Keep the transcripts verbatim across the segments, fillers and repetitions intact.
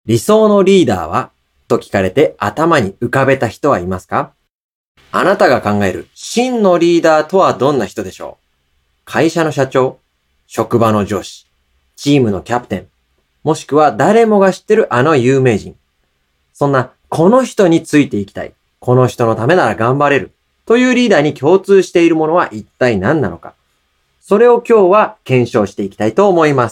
理想のリーダーはと聞かれて頭に浮かべた人はいますか？あなたが考える真のリーダーとはどんな人でしょう？会社の社長、職場の上司、チームのキャプテン、もしくは誰もが知ってるあの有名人。そんな、この人についていきたい。この人のためなら頑張れる。というリーダーに共通しているものは一体何なのか。それを今日は検証していきたいと思います。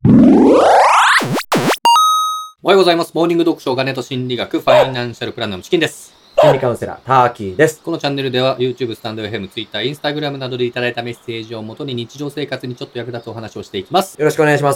おはようございます。モーニング読書お金と心理学ファイナンシャルプランナーのチキンです。 心理カウンセラー、ターキーです。 このチャンネルでは YouTube、スタンドエフエム、Twitter、Instagram などでいただいたメッセージをもとに日常生活にちょっと役立つお話をしていきます。 よろしくお願いします。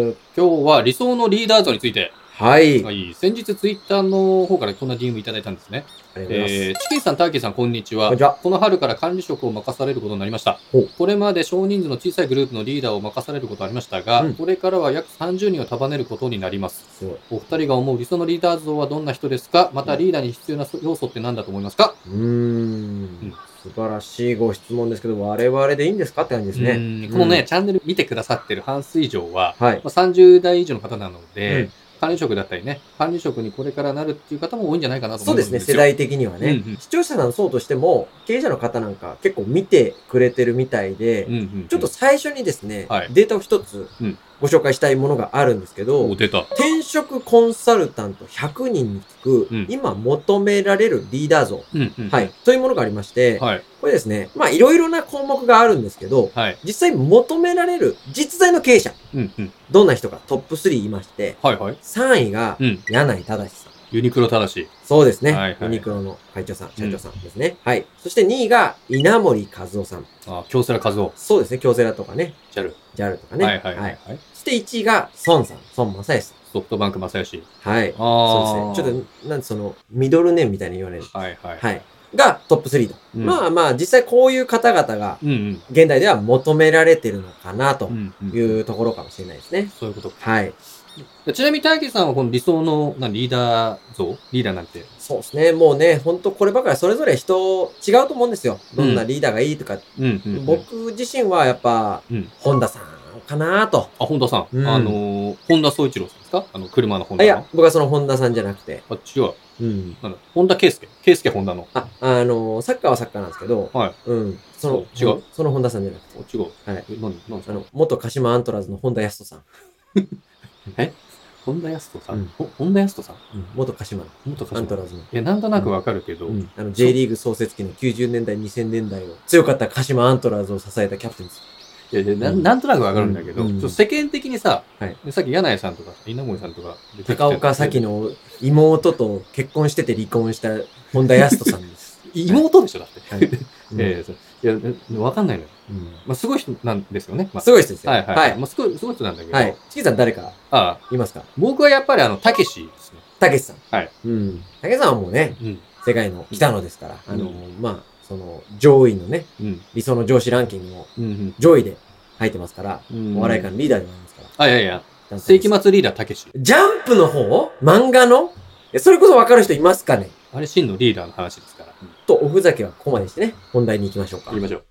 今日は理想のリーダー像について。 はい。 はい。先日 Twitter の方からこんな ディーエム いただいたんですね。 ありがとうございます。 えー、チキンさん、ターキーさん、こんにちは。 こんにちは。 この春から管理職を任されることになりました。これまで少人数の小さいグループのリーダーを任されることありましたが、うん、これからは約さんじゅうにんを束ねることになります。すごい。お二人が思う理想のリーダー像はどんな人ですか？またリーダーに必要な要素って何だと思いますか？ うーん。うん素晴らしいご質問ですけど、我々でいいんですかって感じですね。 このね、うん、チャンネル見てくださってる半数以上は、 はい、 まあ、さんじゅうだい以上の方なので、うん、管理職だったりね、管理職にこれからなるっていう方も多いんじゃないかなと思うんですよ。 そうですね、世代的にはね。うんうん、視聴者さんそうとしても、経営者の方なんか結構見てくれてるみたいで、うんうんうん、ちょっと最初にですね、はい、データを一つご紹介したいものがあるんですけど、 うん、 転職コンサルタントひゃくにんに聞く、うん、今求められるリーダー像、うんうんうん、はい、というものがありまして、はい、これですね、まあいろいろな項目があるんですけど、はい、実際求められる実在の経営者、うんうん、どんな人かトップスリーいまして、はいはい、さんいが柳井正さん。 ユニクロ正しい。 そうですね。はいはい、ユニクロの会長さん、社長さんですね。うん、はい。そしてにいが稲森和夫さん。 ああ、京セラ和夫。 そうですね。京セラとかね。 ジャル。 ジャルとかね。 はいはいはい、はい。 そしていちいが孫さん。孫正義さん。 ソフトバンク正義。 はい。そうですね。ちょっと、なんでその、ミドルネームみたいに言われる。はいはい。はい。がトップスリーと。うん、まあまあ、実際こういう方々が、現代では求められてるのかな、というところかもしれないですね。 そういうことか。 はい。 ちなみに、大輝さんはこの理想のリーダー像リーダーなんて。 そうですね。もうね、ほんとこればかりそれぞれ人違うと思うんですよ。どんなリーダーがいいとか。僕自身はやっぱ、うん、本田さんかなと。 あ、本田さん。うん、あのー、本田宗一郎さんですか？あの、車の本田の。 いや、僕はその本田さんじゃなくて。 あ、違う。うん。なんだ、本田圭佑圭佑本田の。 あ、あのー、サッカーはサッカーなんですけど。はい。うん。その、違うその本田さんじゃなくて。 違う。 はい。 え、何、何ですか？ あの、元鹿島アントラーズの本田康人さん。 え本田康人さん、うん、本田康人さん、 うん、元鹿島の。 元鹿島アントラーズの。いや、なんとなくわかるけど、うんうん、 あの、J リーグ創設期のきゅうじゅうねんだい、にせんねんだいを強かった鹿島アントラーズを支えたキャプテンです。 いやいや、な、うん、なんとなくわかるんだけど、うん、ちょっと世間的にさ、はい、さっき柳井さんとか、稲森さんとか、 高岡早紀の妹と結婚してて離婚した本田康人さんです。 妹でしょだって。はい。うん、ええー、いや、わかんないのよ。うん、まあ、すごい人なんですよね。まあ、 すごい人ですよ。 はいはい。はい、まあ、すごい、すごい人なんだけど。はい。 チキさん誰かああいますか？ 僕はやっぱりあの、たけしですね。 たけしさん。 はい。 うん。たけしさんはもうね、うん、世界の北野ですから、あの、まあ、その、上位のね、うん、理想の上司ランキングの上位で入ってますから、うん、お笑い界のリーダーでもありますから。 あ、いやいや。世紀末リーダーたけし。 ジャンプの方漫画のそれこそ分かる人いますかね？ あれ真のリーダーの話ですから。 うん、と、おふざけはここまでしてね、本題に行きましょうか。 行きましょう。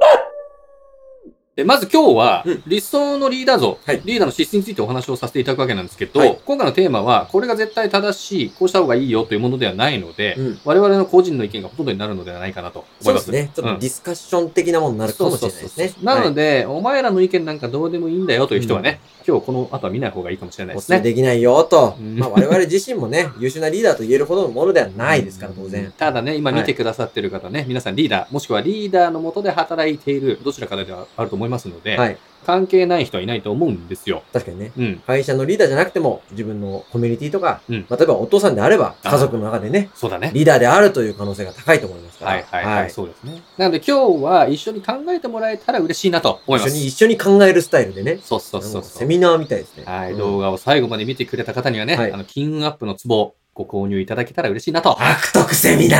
で、まず今日は、理想のリーダー像、うん、リーダーの資質についてお話をさせていただくわけなんですけど、はい、今回のテーマは、これが絶対正しい、こうした方がいいよというものではないので、うん、我々の個人の意見がほとんどになるのではないかなと思います。 そうですね。ちょっとディスカッション的なものになるかもしれないですね。 なので、お前らの意見なんかどうでもいいんだよという人はね、うん、今日この後は見ない方がいいかもしれないですね。 お勧めできないよと。うん、まあ我々自身もね、優秀なリーダーと言えるほどのものではないですから、当然。 ただね、今見てくださってる方ね、はい、皆さんリーダー、もしくはリーダーの下で働いている、どちらかではあると思いますので、はい、関係ない人はいないと思うんですよ。 確かにね。うん。会社のリーダーじゃなくても、自分のコミュニティとか、うん、例えばお父さんであれば、家族の中でね、 そうだね。 リーダーであるという可能性が高いと思いますから。 はいはいはい。はい、そうですね。なので今日は一緒に考えてもらえたら嬉しいなと思います。 一緒に、一緒に考えるスタイルでね。 そうそうそうそう。 セミナーみたいですね。 はい、うん。動画を最後まで見てくれた方にはね、はい、あの、金運アップのツボをご購入いただけたら嬉しいなと。 悪徳セミナー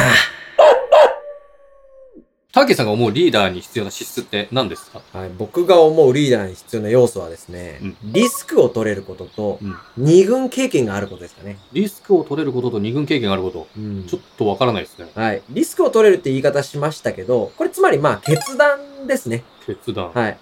ターキーさんが思うリーダーに必要な資質って何ですか？ はい、僕が思うリーダーに必要な要素はですね、うん、リスクを取れることと、うん、二軍経験があることですかね。 リスクを取れることと二軍経験があること。うん、ちょっとわからないですね。 はい。リスクを取れるって言い方しましたけど、これつまりまあ決断ですね。 決断。 はい。うん。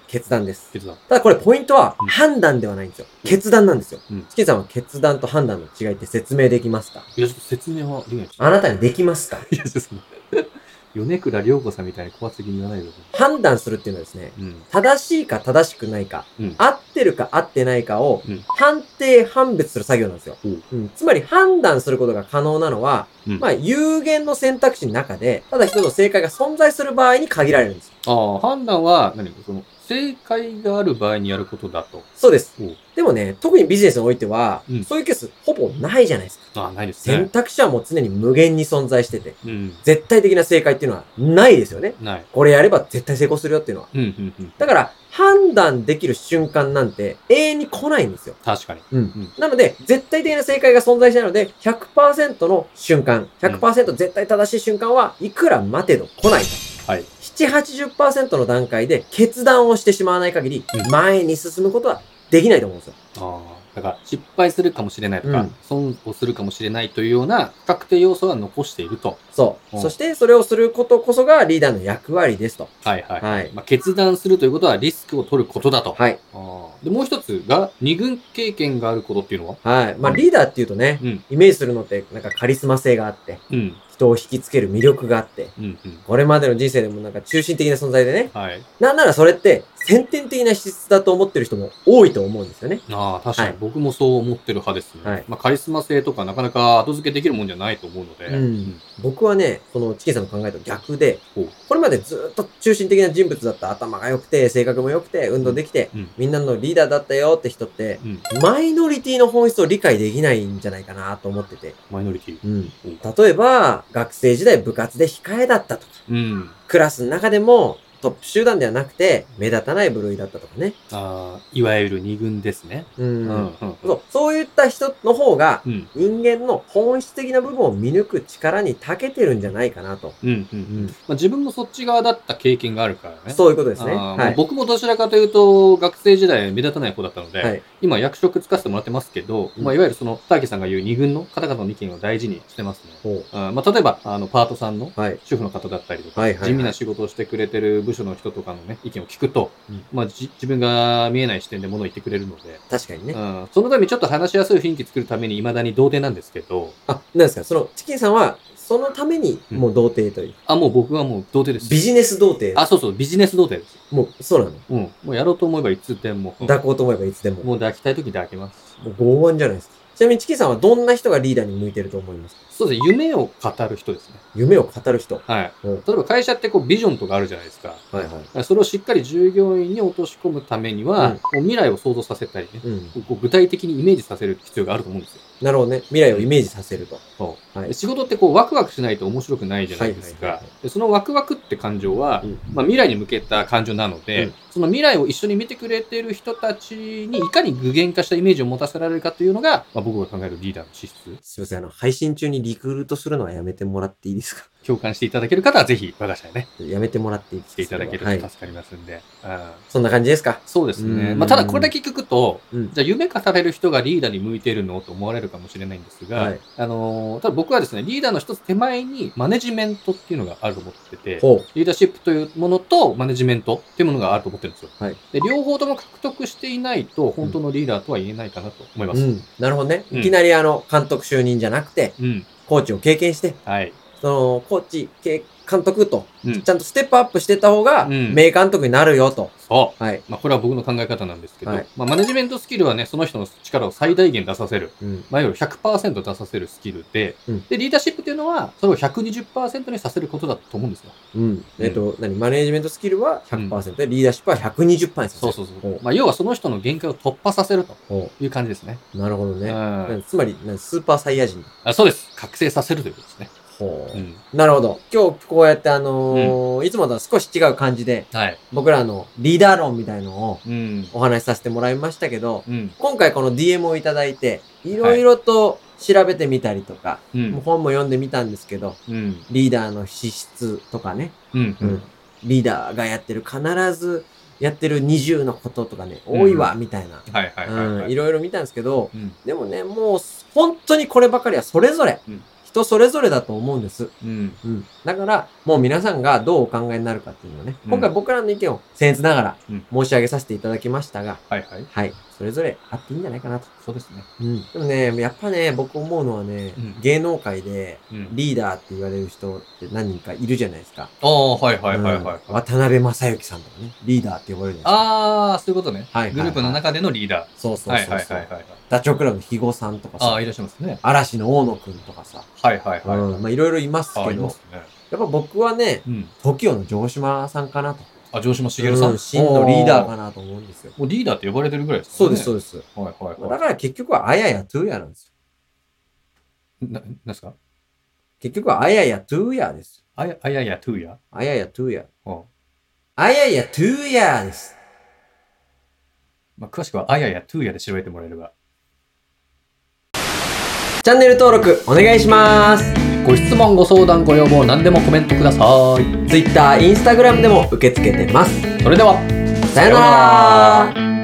決断です。 決断。 ただこれポイントは、 うん判断ではないんですよ。決断なんですよ。 うん。 チキンさんは決断と判断の違いって説明できますか？ いや、ちょっと説明はできないです。 あなたにできますか？ いや、ちょっと米倉涼子さんみたいに怖すぎに言わないでくださ判断するっていうのはですね、 い。うん。 正しいか正しくないか、 うん合ってるか合ってないかをうん判定判別する作業なんですよ。 うんうん、つまり判断することが可能なのは、 うんまあ有限の選択肢の中で、ただ一つの正解が存在する場合に限られるんです。 ああ、判断は何、その、正解がある場合にやることだと。 そうですおう。 でもね、特にビジネスにおいては、 うんそういうケースほぼないじゃないですか。 ああ、ないです選ね。 択肢はもう常に無限に存在してて、 うん。 絶対的な正解っていうのはないですよね。 ない。 これやれば絶対成功するよっていうのは。 うん、うん、うん。 だから、判断できる瞬間なんて永遠に来ないんですよ。 確かに。 うん。 うんなので、絶対的な正解が存在しないので、ひゃくパーセントの瞬間、ひゃくパーセント絶対正しい瞬間はいくら待てど来ないと。 はい。 ななじゅう、はちじゅっパーセントの段階で決断をしてしまわない限りう、ん前に進むことはできないと思うんですよ。 ああ。だから、失敗するかもしれないとか、 うん損をするかもしれないというような不確定要素は残していると。 そうう。 んそして、それをすることこそがリーダーの役割ですと。 はいはい。 はい。 まあ、決断するということはリスクを取ることだと。 はい。 ああで、もう一つが、二軍経験があることっていうのははい。まあ、 うんリーダーっていうとね、 うん。 イメージするのって、なんかカリスマ性があって、 うん。 人を引きつける魅力があって、 うん。うん。 これまでの人生でもなんか中心的な存在でね、 はい。 なんならそれって先天的な資質だと思ってる人も多いと思うんですよね。 ああ、確かにはい僕もそう思ってる派ですね。 はいまあ、カリスマ性とかなかなか後付けできるもんじゃないと思うので。 うん僕はね、そのチキンさんの考えと逆でほう、 これまでずっと中心的な人物だった頭が良くて、性格も良くて、運動できて、 うん。 みんなのリーダーだったよって人って、 うん。 マイノリティの本質を理解できないんじゃないかなと思ってて。 マイノリティ。 うん。 ほう例えば、学生時代部活で控えだったとか、 うん。 クラスの中でもトップ集団ではなくて、目立たない部類だったとかね。 ああ、いわゆる二軍ですね。 うん。 うん。うん。 そう、そういった人の方が、 うん。 人間の本質的な部分を見抜く力に長けてるんじゃないかなと。 うん。うん。うん。まあ、自分もそっち側だった経験があるからね。 そういうことですね。 あーまはい。 あ僕もどちらかというと、学生時代目立たない方だったので、 はい。 今役職つかせてもらってますけど、 うんまあ、いわゆるその、ターキさんが言う二軍の方々の意見を大事にしてますね。 ほう。 あーまあ、例えば、あの、パートさんのはい。 主婦の方だったりとか、 はいはいはい地味な仕事をしてくれてる部署の人とかのね、意見を聞くと、 うんまあ、じ自分が見えない視点で物を言ってくれるので、 確かにね。 うん、そのためにちょっと話しやすい雰囲気作るために未だに童貞なんですけど、 あ、なんですかその、チキンさんは、そのために、もう童貞という。 あ、もう僕はもう童貞です。 ビジネス童貞。 あ、そうそう、ビジネス童貞です。 もう、そうなの。 うん。もうやろうと思えばいつでも。うん抱こうと思えばいつでも。 もう抱きたい時抱けます。 もう剛腕じゃないですか。ちなみにチキンさんはどんな人がリーダーに向いてると思いますか？ そうですね、夢を語る人ですね。 夢を語る人。 はい。 うん例えば会社ってこうビジョンとかあるじゃないですか。 はいはい。 それをしっかり従業員に落とし込むためには、 うんこう未来を想像させたりね、 うん。 こう具体的にイメージさせる必要があると思うんですよ。 なるほどね。未来をイメージさせると。 そうはい。 仕事ってこうワクワクしないと面白くないじゃないですかはいはいはいはい。 でそのワクワクって感情は、 うんまあ、未来に向けた感情なので、 うんその未来を一緒に見てくれている人たちにいかに具現化したイメージを持たせられるかというのが、まあ、僕が考えるリーダーの資質。 すいません。あの、配信中にリクルートするのはやめてもらっていいですか？ 共感していただける方はぜひ我が社へね、 やめてもらっていいですか？ 来ていただけるはい。 と助かりますんで。うんそんな感じですか？ そうですね。 うんまあ、ただこれだけ聞くと、 うん。 じゃあ夢語れる人がリーダーに向いているのと思われるかもしれないんですが、 はいあのーただ僕はですね、リーダーの一つ手前にマネジメントっていうのがあると思ってて、 ほう。 リーダーシップというものとマネジメントっていうものがあると思ってるんですよ。 はいで両方とも獲得していないと本当のリーダーとは言えないかなと思います。 うん。なるほどね。 うんいきなりあの、監督就任じゃなくて、 うん。 コーチを経験して、 はい。 その、コーチ、経監督と、 うんちゃんとステップアップしてった方が、 うん名監督になるよと。 そう。 はい。 まあ、これは僕の考え方なんですけど、 はいまあ、マネジメントスキルはね、その人の力を最大限出させる。 うん。 まあ、いわゆる ひゃくパーセント 出させるスキルで、 うんで、リーダーシップっていうのは、それを ひゃくにじゅっパーセント にさせることだと思うんですよ。 うん。えっと、何マネージメントスキルは ひゃくパーセント で、リーダーシップは ひゃくにじゅっパーセント。 そうそうそう。 ほまあ、要はその人の限界を突破させるとほいう感じですね。 うなるほどね。 うんなんつまり、なんスーパーサイヤ人。 あ。そうです。覚醒させるということですね。 ほう。 うん。 なるほど。今日こうやってあのーいつもとは少し違う感じで、 はい。 僕らのリーダー論みたいのをうん。 お話しさせてもらいましたけど、 うん。 今回この ディーエム をいただいて、いろいろと調べてみたりとか、 うん。 本も読んでみたんですけど、 うん。 リーダーの資質とかね、 うん。 うん、リーダーがやってる必ずやってるにじゅうのこととかね、多いわ、みたいな。 はいはいはい、 うん、 はい。 いろいろ見たんですけど、 うん。 でもね、もう本当にこればかりはそれぞれうん人それぞれだと思うんです。 うん。 うん。だから、もう皆さんがどうお考えになるかっていうのをね、今回僕らの意見を僭越ながら申し上げさせていただきましたが、 はいはい。 はい。それぞれあっていいんじゃないかなと。 そうですね。 うん。でもね、やっぱね、僕思うのはね、 うん、 芸能界でリーダーって言われる人って何人かいるじゃないですか。ああ、 はいはいはいはい、 うん。渡辺正行さんとかね、リーダーって呼ばれるじゃないですか。 ああ、そういうことね。 はいはいはい。 グループの中でのリーダー。 そうそうそうそう。 はいはいはいはい。 ダチョウ倶楽部の肥後さんとかさ。 ああ、いらっしゃいますね。 嵐の大野くんとかさ。 はいはいはい。 うん。まあいろいろいますけど。 あ、いますね。 やっぱ僕はね、 うん、 トキオの城島さんかなと。 あ、城島茂さん、うん、 真のリーダーかなと思うんですよ。 もうリーダーって呼ばれてるぐらいですかね。そうです、そうです。 はいはいはい。 だから結局はあややトゥーヤなんですよ。な、なんですか？ 結局はあややトゥーヤです。 あや、あややトゥーヤ？ あややトゥーヤ。 ああややトゥーヤです。 まあ、詳しくはあややトゥーヤで調べてもらえれば。 チャンネル登録お願いします。 ご質問、ご相談、ご要望、何でもコメントください。 Twitter、Instagram でも受け付けてます。 それでは、 さよなら。